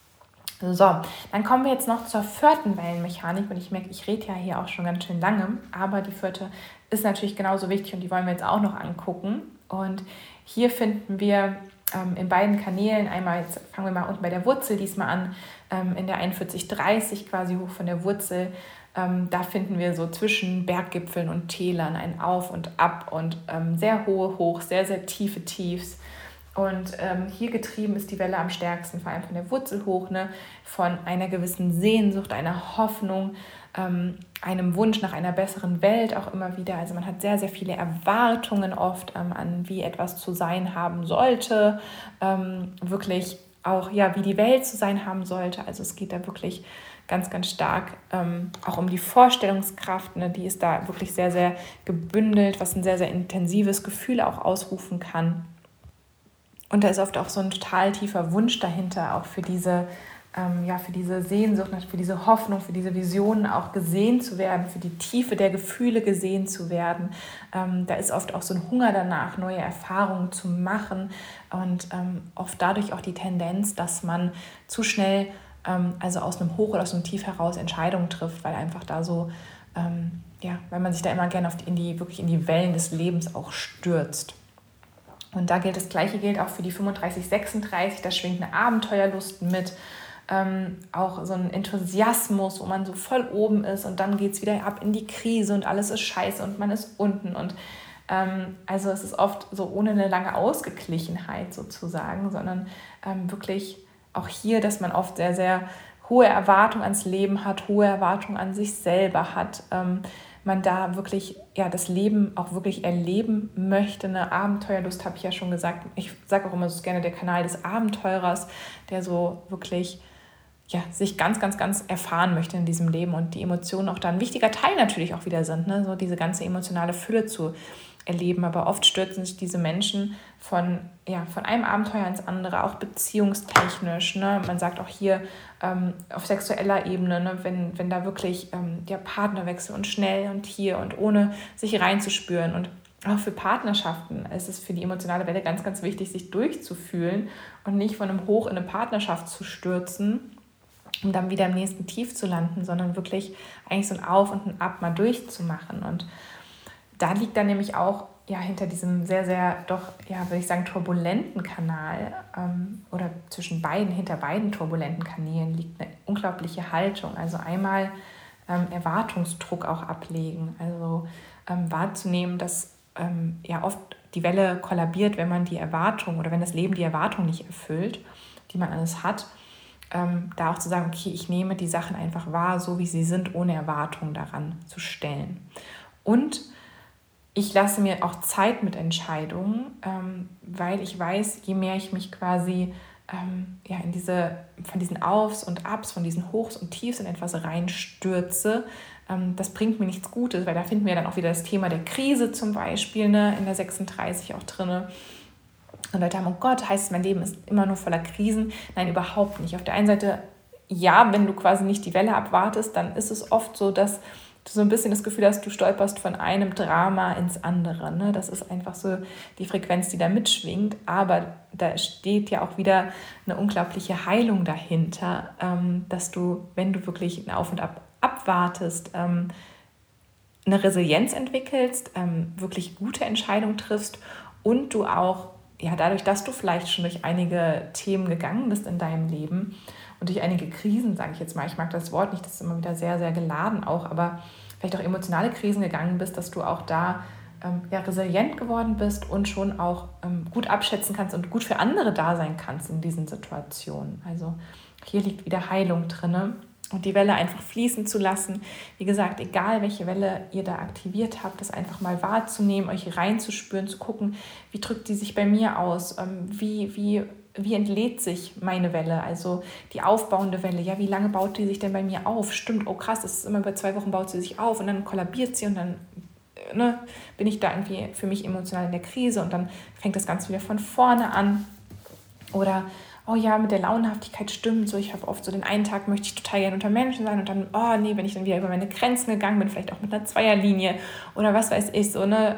So, dann kommen wir jetzt noch zur 4. Wellenmechanik und ich merke, ich rede ja hier auch schon ganz schön lange, aber die 4. ist natürlich genauso wichtig und die wollen wir jetzt auch noch angucken. Und hier finden wir in beiden Kanälen, einmal, jetzt fangen wir mal unten bei der Wurzel diesmal an, in der 4130 quasi hoch von der Wurzel, da finden wir so zwischen Berggipfeln und Tälern ein Auf und Ab und sehr hohe Hochs, sehr, sehr tiefe Tiefs. Und hier getrieben ist die Welle am stärksten, vor allem von der Wurzel hoch, ne, von einer gewissen Sehnsucht, einer Hoffnung, einem Wunsch nach einer besseren Welt auch immer wieder. Also man hat sehr, sehr viele Erwartungen oft an wie etwas zu sein haben sollte, wirklich auch, ja, wie die Welt zu sein haben sollte. Also es geht da wirklich ganz, ganz stark auch um die Vorstellungskraft, ne, die ist da wirklich sehr, sehr gebündelt, was ein sehr, sehr intensives Gefühl auch ausrufen kann. Und da ist oft auch so ein total tiefer Wunsch dahinter, auch für diese Sehnsucht, für diese Hoffnung, für diese Visionen auch gesehen zu werden, für die Tiefe der Gefühle gesehen zu werden. Da ist oft auch so ein Hunger danach, neue Erfahrungen zu machen und oft dadurch auch die Tendenz, dass man zu schnell also aus einem Hoch oder aus einem Tief heraus Entscheidungen trifft, weil einfach da so, weil man sich da immer gerne wirklich in die Wellen des Lebens auch stürzt. Und da gilt das Gleiche auch für die 3536, da schwingt eine Abenteuerlust mit, auch so ein Enthusiasmus, wo man so voll oben ist und dann geht es wieder ab in die Krise und alles ist scheiße und man ist unten. Und also es ist oft so ohne eine lange Ausgeglichenheit sozusagen, sondern wirklich auch hier, dass man oft sehr, sehr hohe Erwartungen ans Leben hat, hohe Erwartungen an sich selber hat, man da wirklich das Leben auch wirklich erleben möchte. Eine Abenteuerlust, habe ich ja schon gesagt. Ich sage auch immer so gerne der Kanal des Abenteurers, der so wirklich sich ganz, ganz, ganz erfahren möchte in diesem Leben und die Emotionen auch da ein wichtiger Teil natürlich auch wieder sind, ne? So diese ganze emotionale Fülle zu erleben. Aber oft stürzen sich diese Menschen von einem Abenteuer ins andere, auch beziehungstechnisch. Ne? Man sagt auch hier auf sexueller Ebene, ne? wenn da wirklich der Partnerwechsel und schnell und hier und ohne sich reinzuspüren. Und auch für Partnerschaften ist es für die emotionale Welle ganz, ganz wichtig, sich durchzufühlen und nicht von einem Hoch in eine Partnerschaft zu stürzen, um dann wieder im nächsten Tief zu landen, sondern wirklich eigentlich so ein Auf und ein Ab mal durchzumachen. Und da liegt dann nämlich auch hinter diesem sehr, sehr doch, würde ich sagen, turbulenten Kanal oder hinter beiden turbulenten Kanälen liegt eine unglaubliche Haltung. Also einmal Erwartungsdruck auch ablegen, also wahrzunehmen, dass oft die Welle kollabiert, wenn man die Erwartung oder wenn das Leben die Erwartung nicht erfüllt, die man alles hat. Da auch zu sagen, okay, ich nehme die Sachen einfach wahr, so wie sie sind, ohne Erwartung daran zu stellen. Und ich lasse mir auch Zeit mit Entscheidungen, weil ich weiß, je mehr ich mich quasi von diesen Aufs und Abs, von diesen Hochs und Tiefs in etwas reinstürze, das bringt mir nichts Gutes, weil da finden wir dann auch wieder das Thema der Krise zum Beispiel, ne, in der 36 auch drin. Und Leute haben, oh Gott, heißt es, mein Leben ist immer nur voller Krisen? Nein, überhaupt nicht. Auf der einen Seite, ja, wenn du quasi nicht die Welle abwartest, dann ist es oft so, dass du so ein bisschen das Gefühl hast, du stolperst von einem Drama ins andere. Ne? Das ist einfach so die Frequenz, die da mitschwingt. Aber da steht ja auch wieder eine unglaubliche Heilung dahinter, dass du, wenn du wirklich ein Auf und Ab abwartest, eine Resilienz entwickelst, wirklich gute Entscheidungen triffst und du auch, ja, dadurch, dass du vielleicht schon durch einige Themen gegangen bist in deinem Leben und durch einige Krisen, sage ich jetzt mal, ich mag das Wort nicht, das ist immer wieder sehr, sehr geladen auch, aber vielleicht auch emotionale Krisen gegangen bist, dass du auch da resilient geworden bist und schon auch gut abschätzen kannst und gut für andere da sein kannst in diesen Situationen. Also hier liegt wieder Heilung drin. Und die Welle einfach fließen zu lassen. Wie gesagt, egal welche Welle ihr da aktiviert habt, das einfach mal wahrzunehmen, euch reinzuspüren, zu gucken, wie drückt die sich bei mir aus, wie entlädt sich meine Welle, also die aufbauende Welle, ja, wie lange baut die sich denn bei mir auf? Stimmt, oh krass, das ist immer über 2 Wochen baut sie sich auf und dann kollabiert sie und dann bin ich da irgendwie für mich emotional in der Krise und dann fängt das Ganze wieder von vorne an. Oder oh ja, mit der Launenhaftigkeit stimmt so, ich habe oft so den einen Tag möchte ich total gerne unter Menschen sein und dann, oh nee, wenn ich dann wieder über meine Grenzen gegangen bin, vielleicht auch mit einer Zweierlinie oder was weiß ich, so, ne,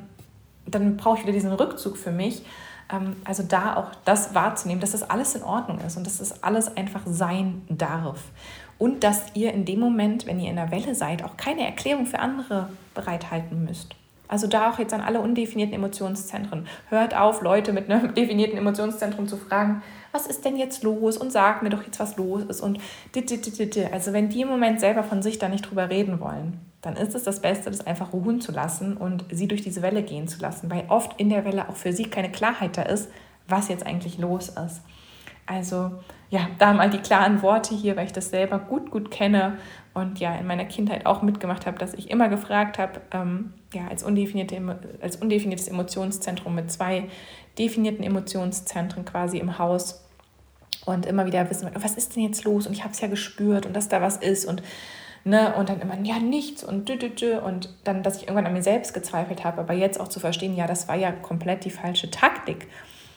dann brauche ich wieder diesen Rückzug für mich. Also da auch das wahrzunehmen, dass das alles in Ordnung ist und dass das alles einfach sein darf. Und dass ihr in dem Moment, wenn ihr in der Welle seid, auch keine Erklärung für andere bereithalten müsst. Also da auch jetzt an alle undefinierten Emotionszentren. Hört auf, Leute mit einem definierten Emotionszentrum zu fragen, was ist denn jetzt los? Und sag mir doch jetzt, was los ist. Und also wenn die im Moment selber von sich da nicht drüber reden wollen, dann ist es das Beste, das einfach ruhen zu lassen und sie durch diese Welle gehen zu lassen. Weil oft in der Welle auch für sie keine Klarheit da ist, was jetzt eigentlich los ist. Also ja, da mal die klaren Worte hier, weil ich das selber gut kenne und ja in meiner Kindheit auch mitgemacht habe, dass ich immer gefragt habe, als undefiniertes Emotionszentrum mit 2 definierten Emotionszentren quasi im Haus und immer wieder wissen, was ist denn jetzt los und ich habe es ja gespürt und dass da was ist und dann immer, ja, nichts und dann, dass ich irgendwann an mir selbst gezweifelt habe, aber jetzt auch zu verstehen, ja, das war ja komplett die falsche Taktik,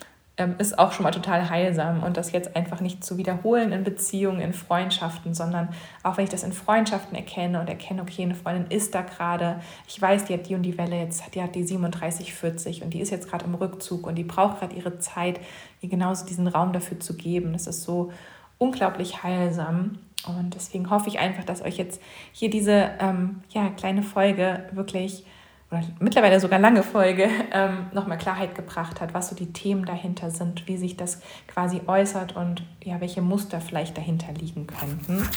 ist auch schon mal total heilsam und das jetzt einfach nicht zu wiederholen in Beziehungen, in Freundschaften, sondern auch wenn ich das in Freundschaften erkenne und erkenne, okay, eine Freundin ist da gerade, ich weiß, die hat die und die Welle jetzt, die hat die 37, 40 und die ist jetzt gerade im Rückzug und die braucht gerade ihre Zeit, ihr genauso diesen Raum dafür zu geben. Das ist so unglaublich heilsam und deswegen hoffe ich einfach, dass euch jetzt hier diese kleine Folge wirklich oder mittlerweile sogar lange Folge nochmal Klarheit gebracht hat, was so die Themen dahinter sind, wie sich das quasi äußert und ja, welche Muster vielleicht dahinter liegen könnten.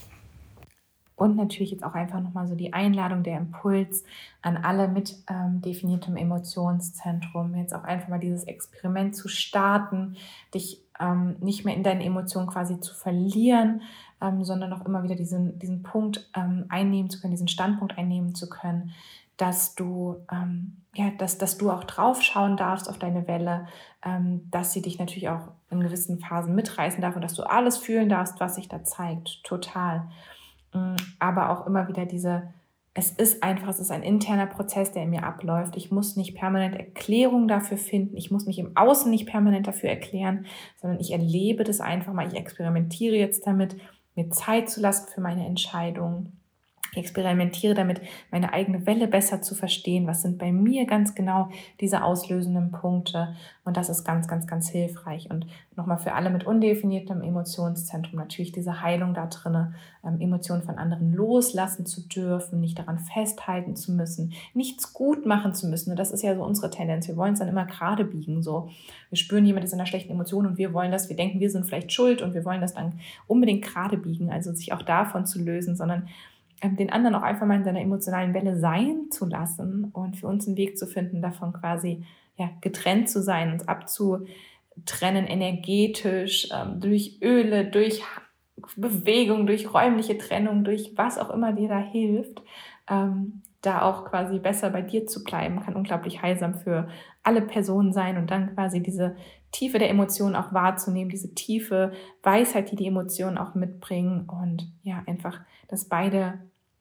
Und natürlich jetzt auch einfach nochmal so die Einladung, der Impuls an alle mit definiertem Emotionszentrum, jetzt auch einfach mal dieses Experiment zu starten, dich nicht mehr in deinen Emotionen quasi zu verlieren, sondern auch immer wieder diesen Punkt einnehmen zu können, diesen Standpunkt einnehmen zu können, dass du auch drauf schauen darfst auf deine Welle, dass sie dich natürlich auch in gewissen Phasen mitreißen darf und dass du alles fühlen darfst, was sich da zeigt, total. Aber auch immer wieder es ist ein interner Prozess, der in mir abläuft. Ich muss nicht permanent Erklärungen dafür finden, ich muss mich im Außen nicht permanent dafür erklären, sondern ich erlebe das einfach mal, ich experimentiere jetzt damit, mir Zeit zu lassen für meine Entscheidungen. Ich experimentiere damit, meine eigene Welle besser zu verstehen. Was sind bei mir ganz genau diese auslösenden Punkte? Und das ist ganz, ganz, ganz hilfreich. Und nochmal für alle mit undefiniertem Emotionszentrum natürlich diese Heilung da drin, Emotionen von anderen loslassen zu dürfen, nicht daran festhalten zu müssen, nichts gut machen zu müssen. Und das ist ja so unsere Tendenz. Wir wollen es dann immer gerade biegen. So. Wir spüren, jemand ist in einer schlechten Emotion und wir denken, wir sind vielleicht schuld und wir wollen das dann unbedingt gerade biegen. Also sich auch davon zu lösen, sondern den anderen auch einfach mal in seiner emotionalen Welle sein zu lassen und für uns einen Weg zu finden, davon quasi getrennt zu sein, uns abzutrennen energetisch, durch Öle, durch Bewegung, durch räumliche Trennung, durch was auch immer dir da hilft, da auch quasi besser bei dir zu bleiben, kann unglaublich heilsam für alle Personen sein und dann quasi diese Tiefe der Emotionen auch wahrzunehmen, diese tiefe Weisheit, die Emotionen auch mitbringen und einfach, dass beide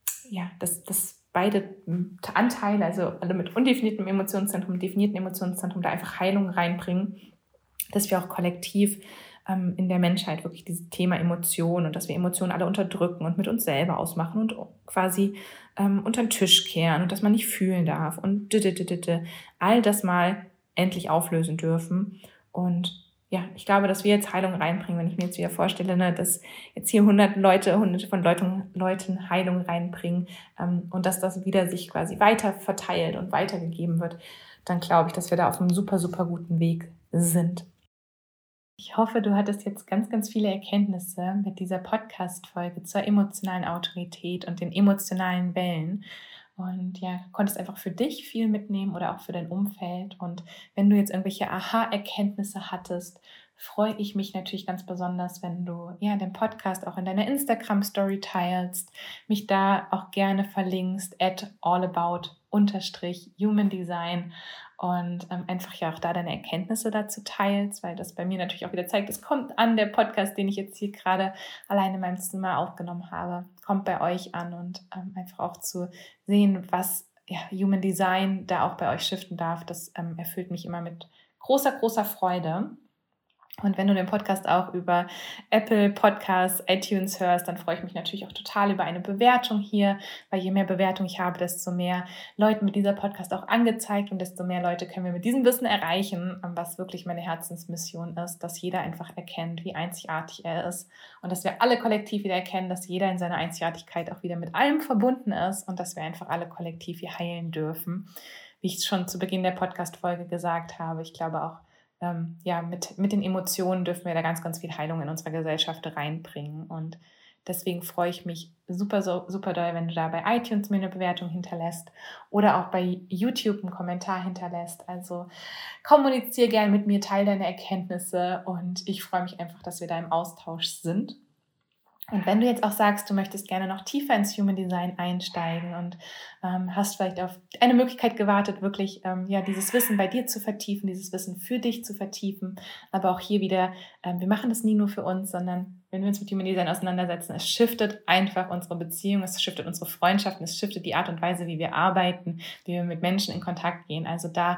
Anteile, also alle mit undefiniertem Emotionszentrum, definierten Emotionszentrum, da einfach Heilung reinbringen, dass wir auch kollektiv in der Menschheit wirklich dieses Thema Emotionen und dass wir Emotionen alle unterdrücken und mit uns selber ausmachen und quasi unter den Tisch kehren und dass man nicht fühlen darf und all das mal endlich auflösen dürfen. Und ich glaube, dass wir jetzt Heilung reinbringen, wenn ich mir jetzt wieder vorstelle, dass jetzt hier hunderte von Leuten Heilung reinbringen und dass das wieder sich quasi weiter verteilt und weitergegeben wird, dann glaube ich, dass wir da auf einem super, super guten Weg sind. Ich hoffe, du hattest jetzt ganz, ganz viele Erkenntnisse mit dieser Podcast-Folge zur emotionalen Autorität und den emotionalen Wellen. Und konntest einfach für dich viel mitnehmen oder auch für dein Umfeld. Und wenn du jetzt irgendwelche Aha-Erkenntnisse hattest, freue ich mich natürlich ganz besonders, wenn du den Podcast auch in deiner Instagram-Story teilst, mich da auch gerne verlinkst, @allabout_humandesign und einfach auch da deine Erkenntnisse dazu teilst, weil das bei mir natürlich auch wieder zeigt, es kommt an, der Podcast, den ich jetzt hier gerade alleine in meinem Zimmer aufgenommen habe, kommt bei euch an und einfach auch zu sehen, was Human Design da auch bei euch shiften darf, das erfüllt mich immer mit großer, großer Freude. Und wenn du den Podcast auch über Apple Podcasts, iTunes hörst, dann freue ich mich natürlich auch total über eine Bewertung hier, weil je mehr Bewertung ich habe, desto mehr Leuten mit dieser Podcast auch angezeigt und desto mehr Leute können wir mit diesem Wissen erreichen, was wirklich meine Herzensmission ist, dass jeder einfach erkennt, wie einzigartig er ist und dass wir alle kollektiv wieder erkennen, dass jeder in seiner Einzigartigkeit auch wieder mit allem verbunden ist und dass wir einfach alle kollektiv hier heilen dürfen. Wie ich es schon zu Beginn der Podcast-Folge gesagt habe, ich glaube auch, mit den Emotionen dürfen wir da ganz, ganz viel Heilung in unserer Gesellschaft reinbringen. Und deswegen freue ich mich super, super doll, wenn du da bei iTunes mir eine Bewertung hinterlässt oder auch bei YouTube einen Kommentar hinterlässt. Also kommuniziere gerne mit mir, teile deine Erkenntnisse und ich freue mich einfach, dass wir da im Austausch sind. Und wenn du jetzt auch sagst, du möchtest gerne noch tiefer ins Human Design einsteigen und hast vielleicht auf eine Möglichkeit gewartet, wirklich dieses Wissen bei dir zu vertiefen, dieses Wissen für dich zu vertiefen, aber auch hier wieder, wir machen das nie nur für uns, sondern wenn wir uns mit Human Design auseinandersetzen, es shiftet einfach unsere Beziehung, es shiftet unsere Freundschaften, es shiftet die Art und Weise, wie wir arbeiten, wie wir mit Menschen in Kontakt gehen. Also da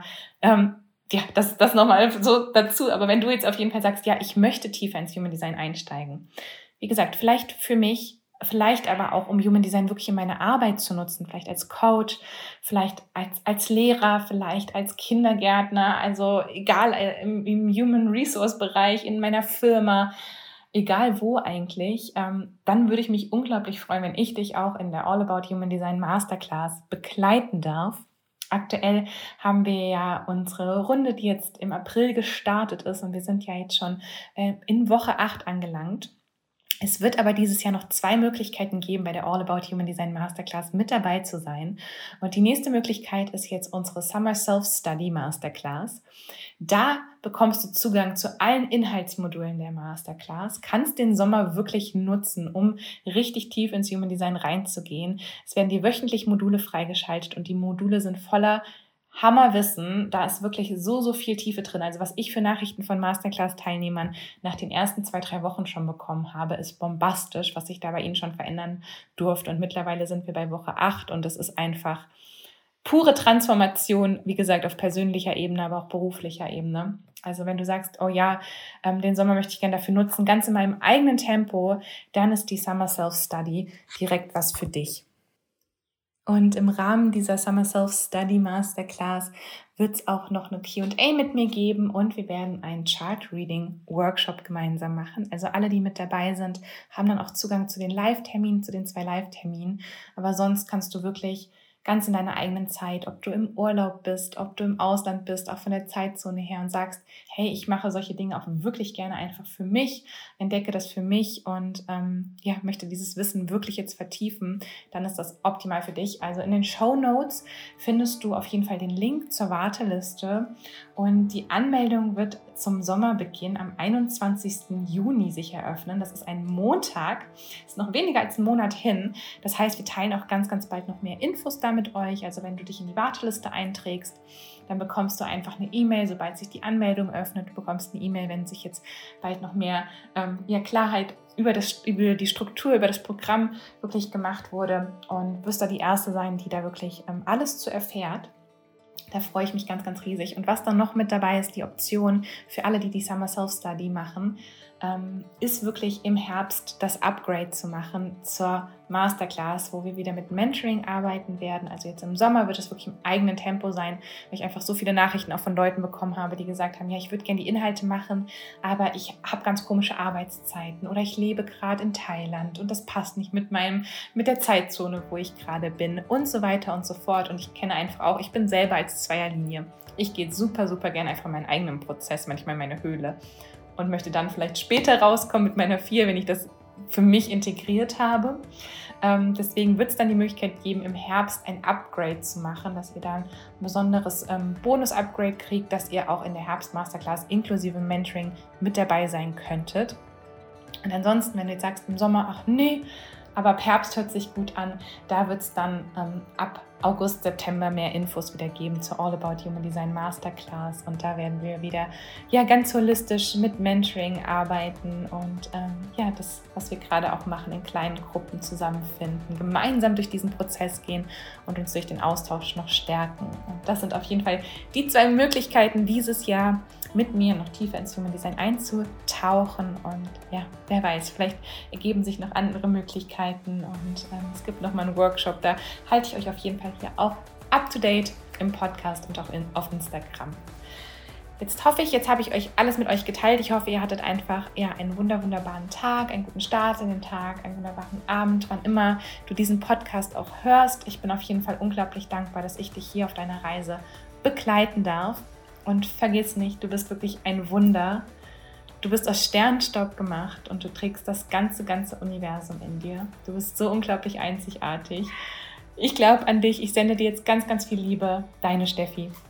das nochmal so dazu. Aber wenn du jetzt auf jeden Fall sagst, ich möchte tiefer ins Human Design einsteigen, wie gesagt, vielleicht für mich, vielleicht aber auch, um Human Design wirklich in meine Arbeit zu nutzen, vielleicht als Coach, vielleicht als Lehrer, vielleicht als Kindergärtner, also egal, im Human Resource Bereich, in meiner Firma, egal wo eigentlich, dann würde ich mich unglaublich freuen, wenn ich dich auch in der All About Human Design Masterclass begleiten darf. Aktuell haben wir ja unsere Runde, die jetzt im April gestartet ist und wir sind ja jetzt schon in Woche 8 angelangt. Es wird aber dieses Jahr noch 2 Möglichkeiten geben, bei der All About Human Design Masterclass mit dabei zu sein. Und die nächste Möglichkeit ist jetzt unsere Summer Self-Study Masterclass. Da bekommst du Zugang zu allen Inhaltsmodulen der Masterclass, kannst den Sommer wirklich nutzen, um richtig tief ins Human Design reinzugehen. Es werden dir wöchentlich Module freigeschaltet und die Module sind voller Hammerwissen, da ist wirklich so viel Tiefe drin. Also was ich für Nachrichten von Masterclass-Teilnehmern nach den ersten 2-3 Wochen schon bekommen habe, ist bombastisch, was sich da bei ihnen schon verändern durfte. Und mittlerweile sind wir bei Woche 8 und das ist einfach pure Transformation, wie gesagt, auf persönlicher Ebene, aber auch beruflicher Ebene. Also wenn du sagst, den Sommer möchte ich gerne dafür nutzen, ganz in meinem eigenen Tempo, dann ist die Summer Self-Study direkt was für dich. Und im Rahmen dieser Summer Self-Study Masterclass wird es auch noch eine Q&A mit mir geben und wir werden einen Chart-Reading-Workshop gemeinsam machen. Also alle, die mit dabei sind, haben dann auch Zugang zu den Live-Terminen, zu den 2 Live-Terminen. Aber sonst kannst du wirklich ganz in deiner eigenen Zeit, ob du im Urlaub bist, ob du im Ausland bist, auch von der Zeitzone her und sagst, hey, ich mache solche Dinge auch wirklich gerne einfach für mich, entdecke das für mich und möchte dieses Wissen wirklich jetzt vertiefen, dann ist das optimal für dich. Also in den Shownotes findest du auf jeden Fall den Link zur Warteliste und die Anmeldung wird zum Sommerbeginn am 21. Juni sich eröffnen. Das ist ein Montag, ist noch weniger als einen Monat hin. Das heißt, wir teilen auch ganz, ganz bald noch mehr Infos da mit euch. Also wenn du dich in die Warteliste einträgst, dann bekommst du einfach eine E-Mail, sobald sich die Anmeldung öffnet. Du bekommst eine E-Mail, wenn sich jetzt bald noch mehr Klarheit über die Struktur, über das Programm wirklich gemacht wurde und wirst da die Erste sein, die da wirklich alles zu erfährt. Da freue ich mich ganz, ganz riesig. Und was dann noch mit dabei ist, die Option für alle, die Summer Self-Study machen, ist wirklich im Herbst das Upgrade zu machen zur Masterclass, wo wir wieder mit Mentoring arbeiten werden. Also jetzt im Sommer wird es wirklich im eigenen Tempo sein, weil ich einfach so viele Nachrichten auch von Leuten bekommen habe, die gesagt haben, ja, ich würde gerne die Inhalte machen, aber ich habe ganz komische Arbeitszeiten oder ich lebe gerade in Thailand und das passt nicht mit der Zeitzone, wo ich gerade bin und so weiter und so fort. Und ich kenne einfach auch, ich bin selber als Zweierlinie. Ich gehe super, super gerne einfach meinen eigenen Prozess, manchmal in meine Höhle und möchte dann vielleicht später rauskommen mit meiner 4, wenn ich das für mich integriert habe. Deswegen wird es dann die Möglichkeit geben, im Herbst ein Upgrade zu machen, dass ihr dann ein besonderes Bonus-Upgrade kriegt, dass ihr auch in der Herbst-Masterclass inklusive Mentoring mit dabei sein könntet. Und ansonsten, wenn du jetzt sagst im Sommer, ach nee, aber ab Herbst hört sich gut an, da wird es dann ab August, September mehr Infos wieder geben zur All About Human Design Masterclass und da werden wir wieder ganz holistisch mit Mentoring arbeiten und das, was wir gerade auch machen, in kleinen Gruppen zusammenfinden, gemeinsam durch diesen Prozess gehen und uns durch den Austausch noch stärken. Und das sind auf jeden Fall die 2 Möglichkeiten, dieses Jahr mit mir noch tiefer ins Human Design einzutauchen und wer weiß, vielleicht ergeben sich noch andere Möglichkeiten und es gibt noch mal einen Workshop, da halte ich euch auf jeden Fall hier auch up to date im Podcast und auch auf Instagram. Jetzt hoffe ich, jetzt habe ich euch alles mit euch geteilt. Ich hoffe, ihr hattet einfach einen wunderbaren Tag, einen guten Start in den Tag, einen wunderbaren Abend, wann immer du diesen Podcast auch hörst. Ich bin auf jeden Fall unglaublich dankbar, dass ich dich hier auf deiner Reise begleiten darf. Und vergiss nicht, du bist wirklich ein Wunder. Du bist aus Sternstaub gemacht und du trägst das ganze Universum in dir. Du bist so unglaublich einzigartig. Ich glaube an dich. Ich sende dir jetzt ganz, ganz viel Liebe. Deine Steffi.